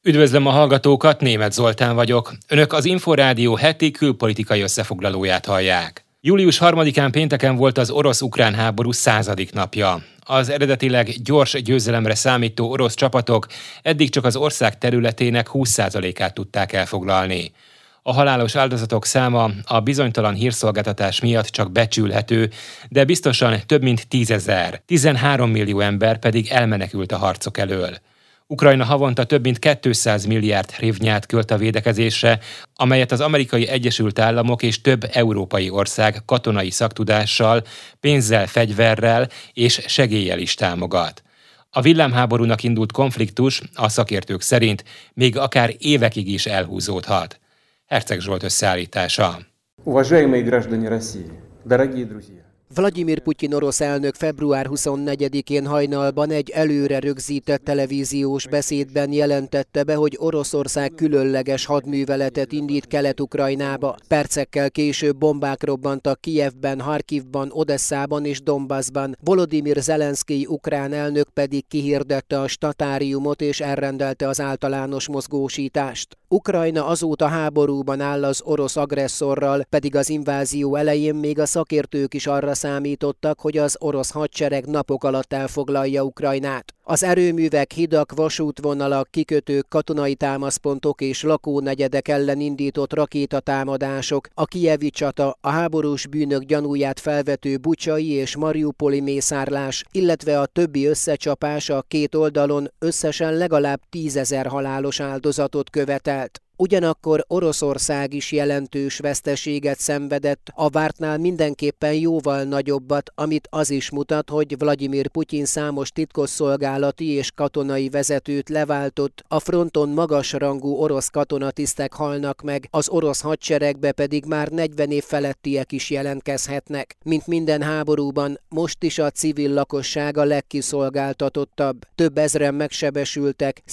Üdvözlöm a hallgatókat, Németh Zoltán vagyok. Önök az Inforádió heti külpolitikai összefoglalóját hallják. Július 3-án pénteken volt az orosz-ukrán háború 100. napja. Az eredetileg gyors győzelemre számító orosz csapatok eddig csak az ország területének 20%-át tudták elfoglalni. A halálos áldozatok száma a bizonytalan hírszolgáltatás miatt csak becsülhető, de biztosan több mint 10 000. 13 millió ember pedig elmenekült a harcok elől. Ukrajna havonta több mint 200 milliárd hrivnyát költ a védekezésre, amelyet az Amerikai Egyesült Államok és több európai ország katonai szaktudással, pénzzel, fegyverrel és segéllyel is támogat. A villámháborúnak indult konfliktus a szakértők szerint még akár évekig is elhúzódhat. Herceg Zsolt összeállítása. Уважаемые граждане России, дорогие друзья! Vladimir Putyin orosz elnök február 24-én hajnalban egy előre rögzített televíziós beszédben jelentette be, hogy Oroszország különleges hadműveletet indít Kelet-Ukrajnába. Percekkel később bombák robbantak Kijevben, Harkivban, Odesszában és Donbaszban. Volodymyr Zelenszkij ukrán elnök pedig kihirdette a statáriumot és elrendelte az általános mozgósítást. Ukrajna azóta háborúban áll az orosz agresszorral, pedig az invázió elején még a szakértők is arra számítottak, hogy az orosz hadsereg napok alatt elfoglalja Ukrajnát. Az erőművek, hidak, vasútvonalak, kikötők, katonai támaszpontok és lakónegyedek ellen indított rakétatámadások, a kijevi csata, a háborús bűnök gyanúját felvető bucsai és mariupoli mészárlás, illetve a többi összecsapás a két oldalon összesen legalább 10 000 halálos áldozatot követelt. Ugyanakkor Oroszország is jelentős veszteséget szenvedett, a vártnál mindenképpen jóval nagyobbat, amit az is mutat, hogy Vladimir Putyin számos titkosszolgálati és katonai vezetőt leváltott, a fronton magasrangú orosz katonatisztek halnak meg, az orosz hadseregbe pedig már 40 év felettiek is jelentkezhetnek. Mint minden háborúban, most is a civil lakosság a legkiszolgáltatottabb. Több ezren megsebesültek,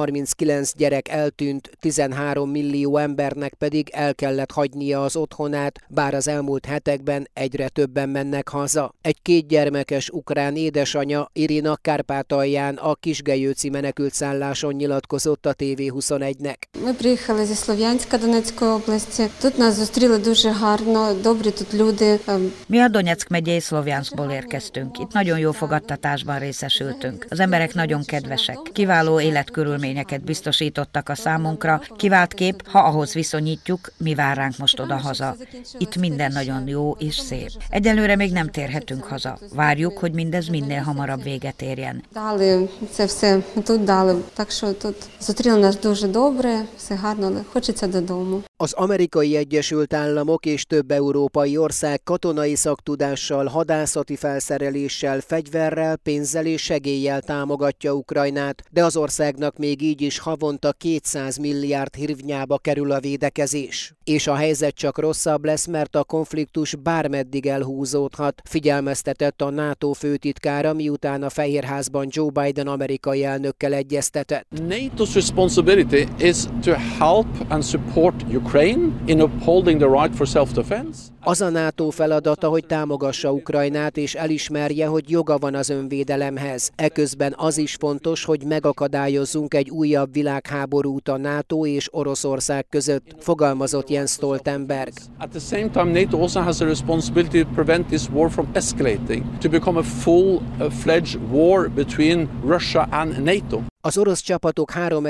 139 gyerek eltűnt, 13 millió embernek pedig el kellett hagynia az otthonát, bár az elmúlt hetekben egyre többen mennek haza. Egy 2 gyermekes ukrán édesanya, Irina, Kárpátalján a Kisgelyőci menekültszálláson nyilatkozott a TV21-nek. Ми приїхали зі Слов'янська Донецької області. Тут нас зустріли дуже гарно, добрі тут люди. Mi a Donyeck megyei Szlovjanskból érkeztünk. Itt nagyon jó fogadtatásban részesültünk. Az emberek nagyon kedvesek. Kiváló életkörülményeket biztosítottak a számunkra. Kivált kép, ha ahhoz viszonyítjuk, mi vár ránk most oda-haza. Itt minden nagyon jó és szép. Egyelőre még nem térhetünk haza. Várjuk, hogy mindez minél hamarabb véget érjen. Дали це все тут дали. Так що тут зустріли нас дуже добре, все гарно, але хочеться додому. Az Amerikai Egyesült Államok és több európai ország katonai szaktudással, hadászati felszereléssel, fegyverrel, pénzzel és segéllyel támogatja Ukrajnát, de az országnak még így is havonta 200 milliárd hrivnyába kerül a védekezés. És a helyzet csak rosszabb lesz, mert a konfliktus bármeddig elhúzódhat, figyelmeztetett a NATO főtitkára, miután a Fehérházban Joe Biden amerikai elnökkel egyeztetett. NATO's responsibility is to help and support Ukraine in upholding the right for self-defense. Az a NATO feladata, hogy támogassa Ukrajnát és elismerje, hogy joga van az önvédelemhez. Eközben az is fontos, hogy megakadályozzunk egy újabb világháborút a NATO és Oroszország között, fogalmazott Jens Stoltenberg. At the same time, NATO also has a responsibility to prevent this war from escalating, to become a full-fledged war between Russia and NATO. Az orosz csapatok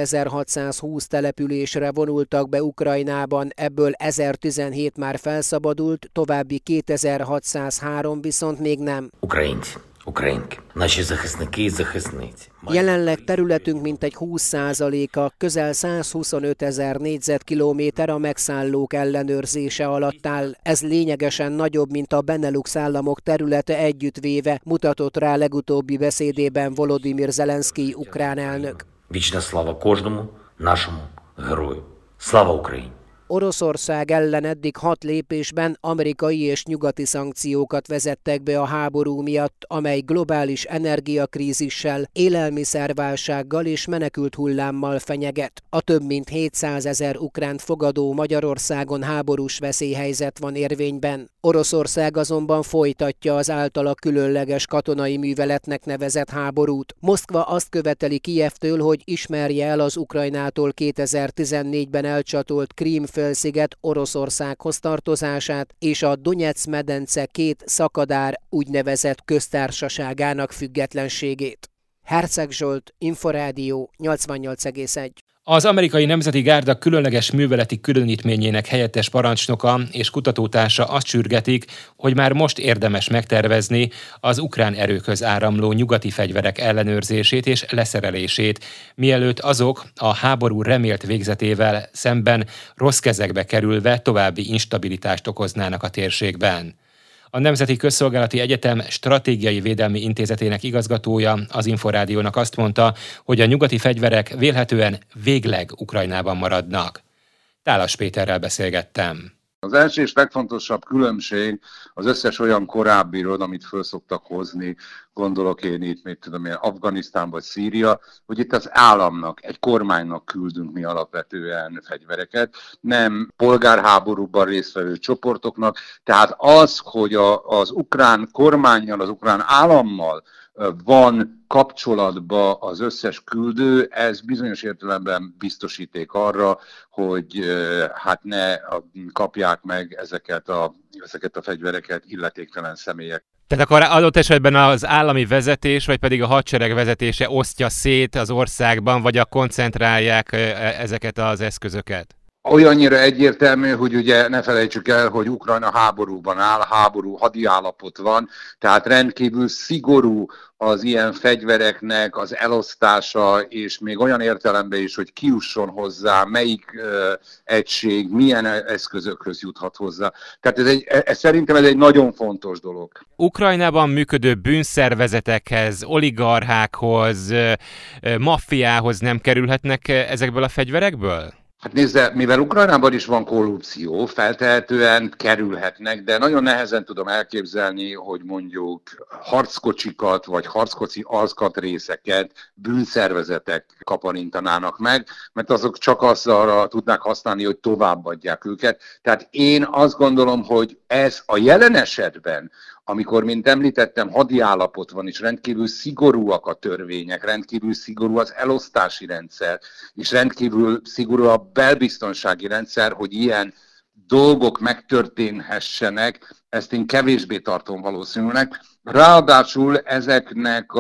3620 településre vonultak be Ukrajnában, ebből 1017 már felszabadult, további 2603 viszont még nem. Українки, наші захисники і захисниці. Jelenleg területünk mintegy 20%-a, közel 125 000 négyzetkilométer a megszállók ellenőrzése alatt áll. Ez lényegesen nagyobb, mint a Benelux államok területe együttvéve, mutatott rá legutóbbi beszédében Volodymyr Zelenszkij ukrán elnök. Вічна слава кожному нашому герою. Слава Україні! Oroszország ellen eddig 6 lépésben amerikai és nyugati szankciókat vezettek be a háború miatt, amely globális energiakrízissel, élelmiszerválsággal és menekült hullámmal fenyeget. A több mint 700 000 ukránt fogadó Magyarországon háborús veszélyhelyzet van érvényben. Oroszország azonban folytatja az általa különleges katonai műveletnek nevezett háborút. Moszkva azt követeli Kijevtől, hogy ismerje el az Ukrajnától 2014-ben elcsatolt Krím-félsziget Oroszországhoz tartozását és a Donyeck-medence 2 szakadár úgynevezett köztársaságának függetlenségét. Herceg Zsolt, Inforádió 88,1. Az amerikai Nemzeti Gárda különleges műveleti különítményének helyettes parancsnoka és kutatótársa azt sürgetik, hogy már most érdemes megtervezni az ukrán erőkhöz áramló nyugati fegyverek ellenőrzését és leszerelését, mielőtt azok a háború remélt végzetével szemben rossz kezekbe kerülve további instabilitást okoznának a térségben. A Nemzeti Közszolgálati Egyetem Stratégiai Védelmi Intézetének igazgatója az Inforádiónak azt mondta, hogy a nyugati fegyverek vélhetően végleg Ukrajnában maradnak. Tálas Péterrel beszélgettem. Az első és legfontosabb különbség az összes olyan korábbiról, amit föl szoktak hozni, gondolok én itt, mit tudom én, Afganisztán vagy Szíria, hogy itt az államnak, egy kormánynak küldünk mi alapvetően fegyvereket, nem polgárháborúban résztvevő csoportoknak. Tehát az, hogy az ukrán kormánnyal, az ukrán állammal van kapcsolatban az összes küldő, ez bizonyos értelemben biztosíték arra, hogy hát ne kapják meg ezeket a fegyvereket illetéktelen személyek. Tehát akkor adott esetben az állami vezetés, vagy pedig a hadsereg vezetése osztja szét az országban, vagy koncentrálják ezeket az eszközöket? Olyannyira egyértelmű, hogy ugye ne felejtsük el, hogy Ukrajna háborúban áll, hadi állapot van, tehát rendkívül szigorú az ilyen fegyvereknek az elosztása, és még olyan értelemben is, hogy kijusson hozzá, melyik egység, milyen eszközökhöz juthat hozzá. Tehát szerintem ez egy nagyon fontos dolog. Ukrajnában működő bűnszervezetekhez, oligarchákhoz, maffiához nem kerülhetnek ezekből a fegyverekből? Hát nézze, mivel Ukrajnában is van korrupció, feltehetően kerülhetnek, de nagyon nehezen tudom elképzelni, hogy mondjuk harckocsikat vagy harckocsi alkatrészeket bűnszervezetek kaparintanának meg, mert azok csak arra tudnák használni, hogy továbbadják őket. Tehát én azt gondolom, hogy ez a jelen esetben, amikor, mint említettem, hadi állapot van, és rendkívül szigorúak a törvények, rendkívül szigorú az elosztási rendszer, és rendkívül szigorú a belbiztonsági rendszer, hogy ilyen dolgok megtörténhessenek, ezt én kevésbé tartom valószínűleg. Ráadásul ezeknek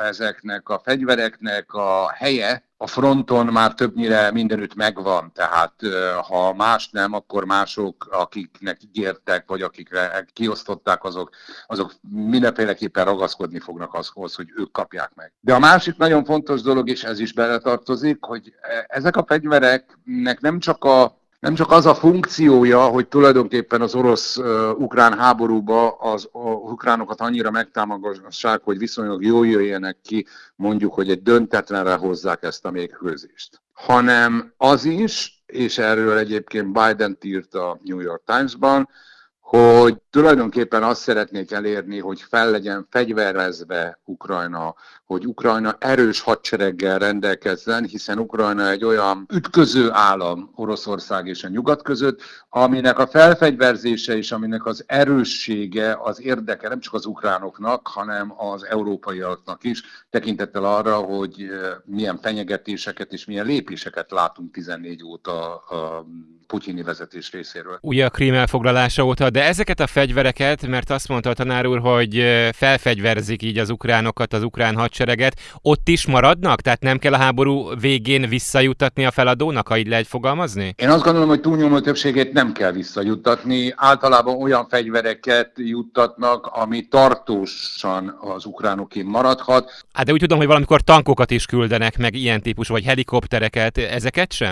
a fegyvereknek a helye a fronton már többnyire mindenütt megvan, tehát ha más nem, akkor mások, akiknek ígértek, vagy akikre kiosztották, azok mindenféleképpen ragaszkodni fognak azhoz, hogy ők kapják meg. De a másik nagyon fontos dolog, és ez is beletartozik, hogy ezek a fegyvereknek nem csak az a funkciója, hogy tulajdonképpen az orosz-ukrán háborúba az ukránokat annyira megtámogassák, hogy viszonylag jól jöjjenek ki, mondjuk, hogy egy döntetlenre hozzák ezt a mérkőzést. Hanem az is, és erről egyébként Biden írt a New York Times-ban, hogy tulajdonképpen azt szeretnék elérni, hogy fel legyen fegyverezve Ukrajna, hogy Ukrajna erős hadsereggel rendelkezzen, hiszen Ukrajna egy olyan ütköző állam Oroszország és a nyugat között, aminek a felfegyverzése és aminek az erőssége, az érdeke nem csak az ukránoknak, hanem az európaiaknak is, tekintettel arra, hogy milyen fenyegetéseket és milyen lépéseket látunk 14 óta a putyini vezetés részéről. Ugye a Krím elfoglalása óta, de ezeket a fegyvereket, mert azt mondta a tanár úr, hogy felfegyverzik így az ukránokat, az ukrán hadsereget, ott is maradnak? Tehát nem kell a háború végén visszajuttatni a feladónak, ha így lehet fogalmazni? Én azt gondolom, hogy túlnyomó többségét nem kell visszajuttatni. Általában olyan fegyvereket juttatnak, ami tartósan az ukránoké maradhat. Hát de úgy tudom, hogy valamikor tankokat is küldenek meg ilyen típusú, vagy helikoptereket, ezeket sem?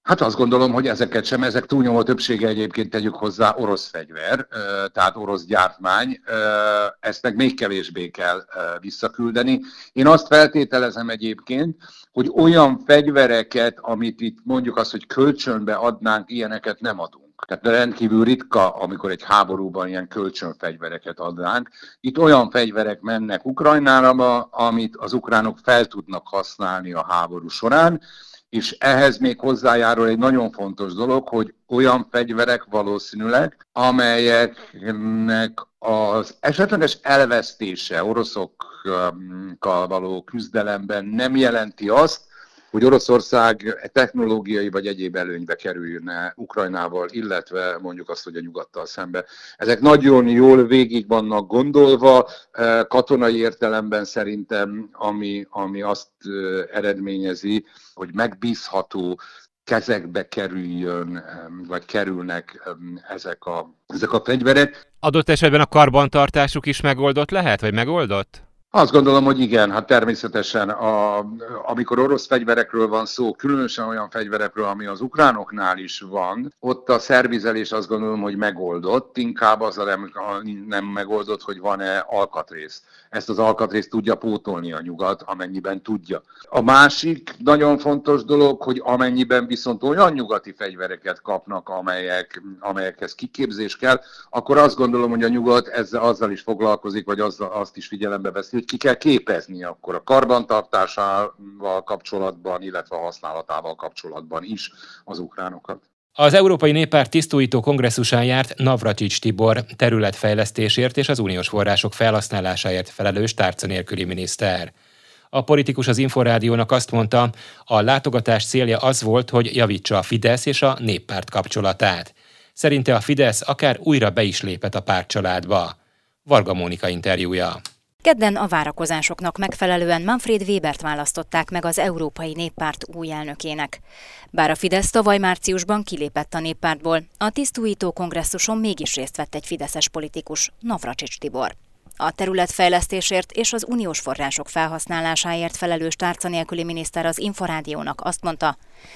Hát azt gondolom, hogy ezek túlnyomó többsége egyébként tegyük hozzá orosz fegyver, tehát orosz gyártmány, ezt meg még kevésbé kell visszaküldeni. Én azt feltételezem egyébként, hogy olyan fegyvereket, amit itt mondjuk azt, hogy kölcsönbe adnánk, ilyeneket nem adunk. Tehát rendkívül ritka, amikor egy háborúban ilyen kölcsönfegyvereket adnánk. Itt olyan fegyverek mennek Ukrajnára, amit az ukránok fel tudnak használni a háború során, és ehhez még hozzájárul egy nagyon fontos dolog, hogy olyan fegyverek valószínűleg, amelyeknek az esetleges elvesztése oroszokkal való küzdelemben nem jelenti azt, hogy Oroszország technológiai vagy egyéb előnybe kerüljön Ukrajnával, illetve mondjuk azt, hogy a nyugattal szembe. Ezek nagyon jól végig vannak gondolva, katonai értelemben szerintem, ami azt eredményezi, hogy megbízható kezekbe kerüljön, vagy kerülnek ezek a fegyverek. Adott esetben a karbantartásuk is megoldott lehet, vagy megoldott? Azt gondolom, hogy igen, hát természetesen, amikor orosz fegyverekről van szó, különösen olyan fegyverekről, ami az ukránoknál is van, ott a szervizelés azt gondolom, hogy megoldott, inkább az nem megoldott, hogy van-e alkatrész. Ezt az alkatrészt tudja pótolni a nyugat, amennyiben tudja. A másik nagyon fontos dolog, hogy amennyiben viszont olyan nyugati fegyvereket kapnak, amelyekhez kiképzés kell, akkor azt gondolom, hogy a nyugat azzal is foglalkozik, vagy azt is figyelembe veszi, hogy ki kell képezni akkor a karbantartásával kapcsolatban, illetve a használatával kapcsolatban is az ukránokat. Az Európai Néppárt tisztújító kongresszusán járt Navracsics Tibor, területfejlesztésért és az uniós források felhasználásáért felelős tárca nélküli miniszter. A politikus az Inforádiónak azt mondta, a látogatás célja az volt, hogy javítsa a Fidesz és a Néppárt kapcsolatát. Szerinte a Fidesz akár újra be is lépett a pártcsaládba. Varga Mónika interjúja. Kedden a várakozásoknak megfelelően Manfred Webert választották meg az Európai Néppárt új elnökének. Bár a Fidesz tavaly márciusban kilépett a néppártból, a tisztújító kongresszuson mégis részt vett egy fideszes politikus, Navracsics Tibor. A területfejlesztésért és az uniós források felhasználásáért felelős tárca nélküli miniszter az Inforádiónak azt mondta,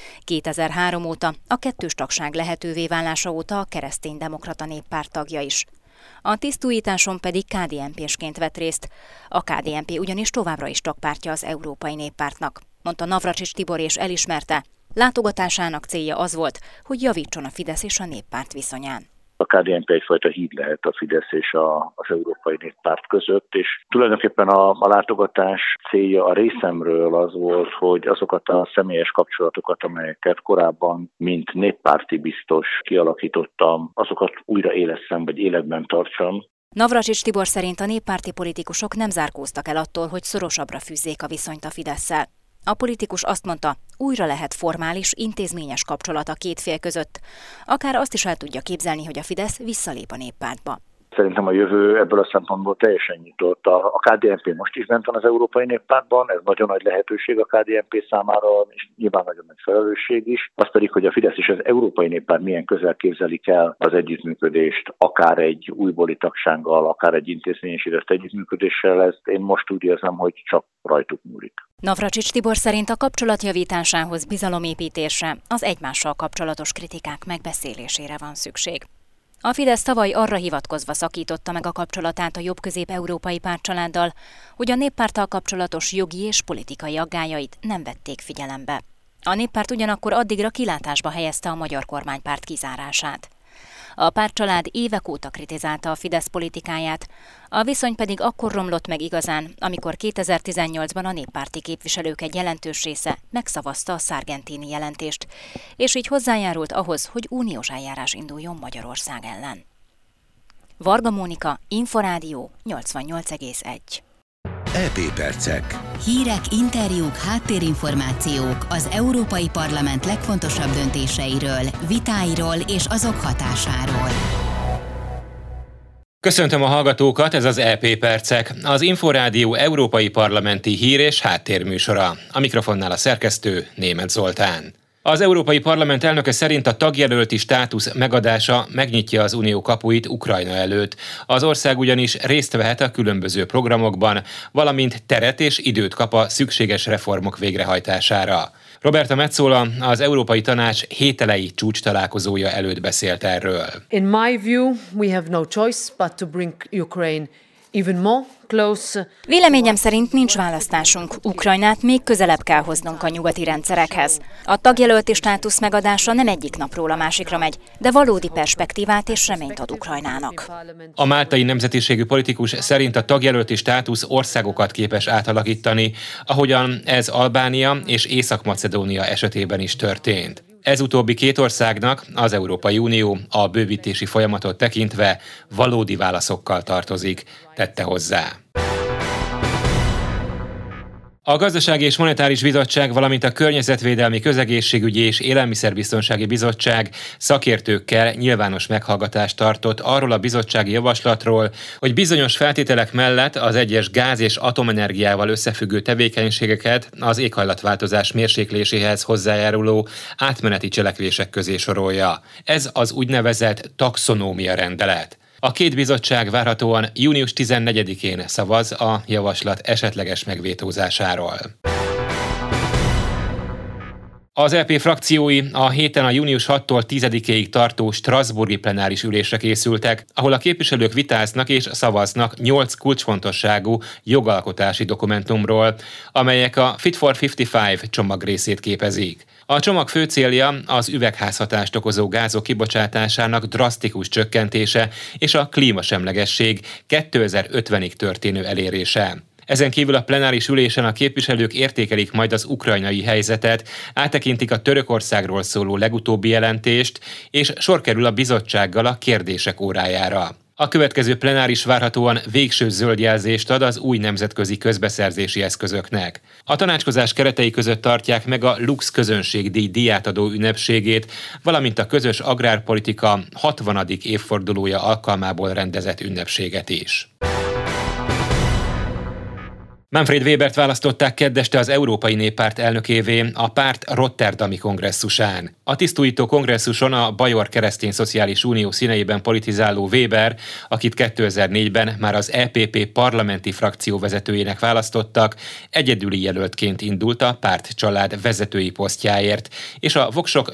2003 óta a kettős tagság lehetővé válása óta a Kereszténydemokrata Néppárt tagja is. A tisztújításon pedig KDNP-sként vett részt. A KDNP ugyanis továbbra is tagpártja az Európai Néppártnak, mondta Navracsics Tibor, és elismerte, látogatásának célja az volt, hogy javítson a Fidesz és a Néppárt viszonyán. A KDNP egyfajta híd lehet a Fidesz és az Európai Néppárt között, és tulajdonképpen a látogatás célja a részemről az volt, hogy azokat a személyes kapcsolatokat, amelyeket korábban mint néppárti biztos kialakítottam, azokat újra élesszem vagy életben tartsam. Navracsics Tibor szerint a néppárti politikusok nem zárkóztak el attól, hogy szorosabbra fűzzék a viszonyt a Fidesszel. A politikus azt mondta, újra lehet formális, intézményes kapcsolat a két fél között. Akár azt is el tudja képzelni, hogy a Fidesz visszalép a néppártba. Szerintem a jövő ebből a szempontból teljesen nyitott. A KDNP most is bent van az Európai Néppártban, ez nagyon nagy lehetőség a KDNP számára, és nyilván nagyon nagy felelősség is. Az pedig, hogy a Fidesz és az Európai Néppárt milyen közel képzelik el az együttműködést, akár egy újbóli tagsággal, akár egy intézményesített együttműködéssel, ezt én most úgy érzem, hogy csak rajtuk múlik. Navracsics Tibor szerint a kapcsolat javításához, bizalomépítésre, az egymással kapcsolatos kritikák megbeszélésére van szükség. A Fidesz tavaly arra hivatkozva szakította meg a kapcsolatát a jobb-közép-európai pártcsaláddal, hogy a néppárttal kapcsolatos jogi és politikai aggályait nem vették figyelembe. A néppárt ugyanakkor addigra kilátásba helyezte a magyar kormánypárt kizárását. A pártcsalád évek óta kritizálta a Fidesz politikáját, a viszony pedig akkor romlott meg igazán, amikor 2018-ban a néppárti képviselők egy jelentős része megszavazta a Sargentini jelentést, és így hozzájárult ahhoz, hogy uniós eljárás induljon Magyarország ellen. Varga Mónika, Inforádió 88,1. EP percek. Hírek, interjúk, háttérinformációk az Európai Parlament legfontosabb döntéseiről, vitáiról és azok hatásáról. Köszöntöm a hallgatókat, ez az EP percek, az Inforádió európai parlamenti hír- és háttérműsora. A mikrofonnál a szerkesztő, Németh Zoltán. Az Európai Parlament elnöke szerint a tagjelölti státusz megadása megnyitja az unió kapuit Ukrajna előtt. Az ország ugyanis részt vehet a különböző programokban, valamint teret és időt kap a szükséges reformok végrehajtására. Roberta Metsola az Európai Tanács hételei csúcstalálkozója előtt beszélt erről. In my view, we have no choice but to bring Ukraine even more close. Véleményem szerint nincs választásunk. Ukrajnát még közelebb kell hoznunk a nyugati rendszerekhez. A tagjelölti státusz megadása nem egyik napról a másikra megy, de valódi perspektívát és reményt ad Ukrajnának. A máltai nemzetiségű politikus szerint a tagjelölti státusz országokat képes átalakítani, ahogyan ez Albánia és Észak-Macedónia esetében is történt. Ez utóbbi két országnak az Európai Unió a bővítési folyamatot tekintve valódi válaszokkal tartozik, tette hozzá. A Gazdasági és Monetáris Bizottság, valamint a Környezetvédelmi, Közegészségügyi és Élelmiszerbiztonsági Bizottság szakértőkkel nyilvános meghallgatást tartott arról a bizottsági javaslatról, hogy bizonyos feltételek mellett az egyes gáz- és atomenergiával összefüggő tevékenységeket az éghajlatváltozás mérsékléséhez hozzájáruló átmeneti cselekvések közé sorolja. Ez az úgynevezett taxonómia rendelet. A két bizottság várhatóan június 14-én szavaz a javaslat esetleges megvétózásáról. Az EP frakciói a héten a június 6-tól 10-ig tartó strasbourgi plenáris ülésre készültek, ahol a képviselők vitáznak és szavaznak 8 kulcsfontosságú jogalkotási dokumentumról, amelyek a Fit for 55 csomag részét képezik. A csomag fő célja az üvegházhatást okozó gázok kibocsátásának drasztikus csökkentése és a klímasemlegesség 2050-ig történő elérése. Ezen kívül a plenáris ülésen a képviselők értékelik majd az ukrajnai helyzetet, áttekintik a Törökországról szóló legutóbbi jelentést, és sor kerül a bizottsággal a kérdések órájára. A következő plenáris várhatóan végső zöld jelzést ad az új nemzetközi közbeszerzési eszközöknek. A tanácskozás keretei között tartják meg a Lux közönségdíj díjátadó ünnepségét, valamint a közös agrárpolitika 60. évfordulója alkalmából rendezett ünnepséget is. Manfred Webert választották keddeste az Európai Néppárt elnökévé a párt rotterdami kongresszusán. A tisztújító kongresszuson a Bajor Keresztény Szociális Unió színeiben politizáló Weber, akit 2004-ben már az EPP parlamenti frakció vezetőjének választottak, egyedüli jelöltként indult a pártcsalád vezetői posztjáért, és a voksok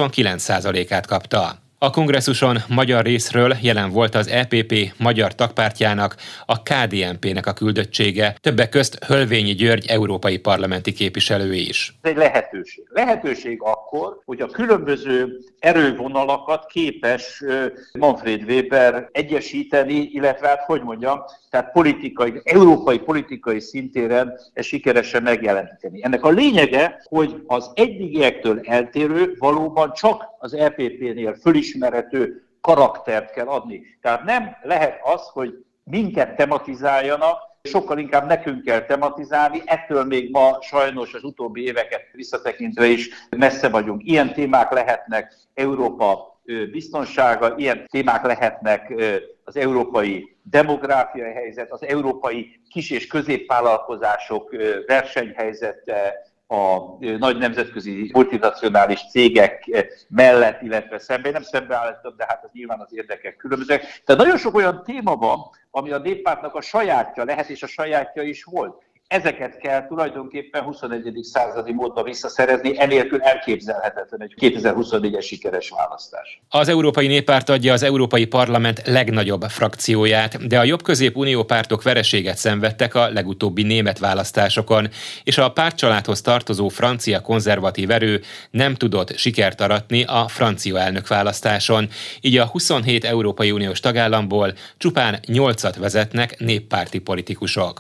89%-át kapta. A kongresszuson magyar részről jelen volt az EPP magyar tagpártjának, a KDNP-nek a küldöttsége, többek közt Hölvényi György európai parlamenti képviselő is. Ez egy lehetőség. Lehetőség akkor, hogy a különböző erővonalakat képes Manfred Weber egyesíteni, illetve tehát európai politikai szintéren ezt sikeresen megjeleníteni. Ennek a lényege, hogy az eddigiektől eltérő, valóban csak az EPP-nél fölismerhető karaktert kell adni. Tehát nem lehet az, hogy minket tematizáljanak, sokkal inkább nekünk kell tematizálni, ettől még ma sajnos az utóbbi éveket visszatekintve is messze vagyunk. Ilyen témák lehetnek Európa biztonsága, ilyen témák lehetnek az európai demográfiai helyzet, az európai kis- és középvállalkozások versenyhelyzete, a nagy nemzetközi multinacionális cégek mellett, illetve szemben, nem szembeállítom, de hát az nyilván az érdekek különbözőek. Tehát nagyon sok olyan téma van, ami a néppártnak a sajátja lehet, és a sajátja is volt. Ezeket kell tulajdonképpen 21. századi módban visszaszerezni, enélkül elképzelhetetlen egy 2024-es sikeres választás. Az Európai Néppárt adja az Európai Parlament legnagyobb frakcióját, de a jobb-közép unió pártok vereséget szenvedtek a legutóbbi német választásokon, és a pártcsaládhoz tartozó francia konzervatív erő nem tudott sikert aratni a francia elnökválasztáson, így a 27 Európai Uniós tagállamból csupán 8-at vezetnek néppárti politikusok.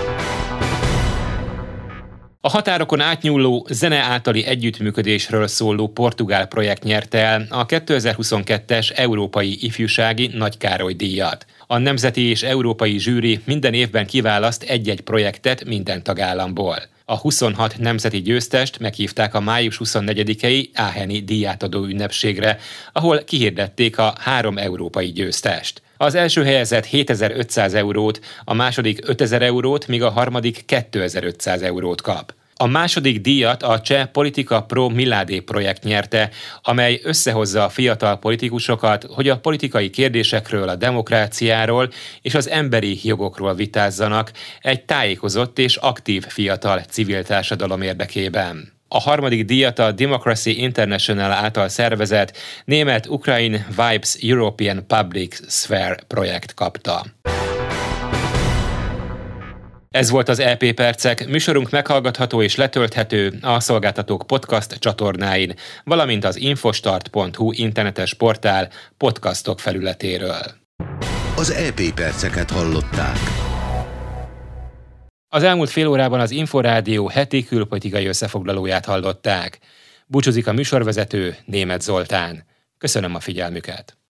A határokon átnyúló zene általi együttműködésről szóló portugál projekt nyerte el a 2022-es Európai Ifjúsági Nagy Károly díjat. A nemzeti és európai zsűri minden évben kiválaszt egy-egy projektet minden tagállamból. A 26 nemzeti győztest meghívták a május 24-i Aacheni díjátadó ünnepségre, ahol kihirdették a 3 európai győztest. Az első helyezett 7500 eurót, a második 5000 eurót, míg a harmadik 2500 eurót kap. A második díjat a cseh Politika Pro Miládé projekt nyerte, amely összehozza a fiatal politikusokat, hogy a politikai kérdésekről, a demokráciáról és az emberi jogokról vitázzanak egy tájékozott és aktív fiatal civil társadalom érdekében. A harmadik díjat a Democracy International által szervezett német-ukrajn Vibes European Public Sphere projekt kapta. Ez volt az EP Percek, műsorunk meghallgatható és letölthető a Szolgáltatók podcast csatornáin, valamint az infostart.hu internetes portál podcastok felületéről. Az EP Perceket hallották. Az elmúlt fél órában az Inforádió heti külpolitikai összefoglalóját hallották. Búcsúzik a műsorvezető, Németh Zoltán. Köszönöm a figyelmüket.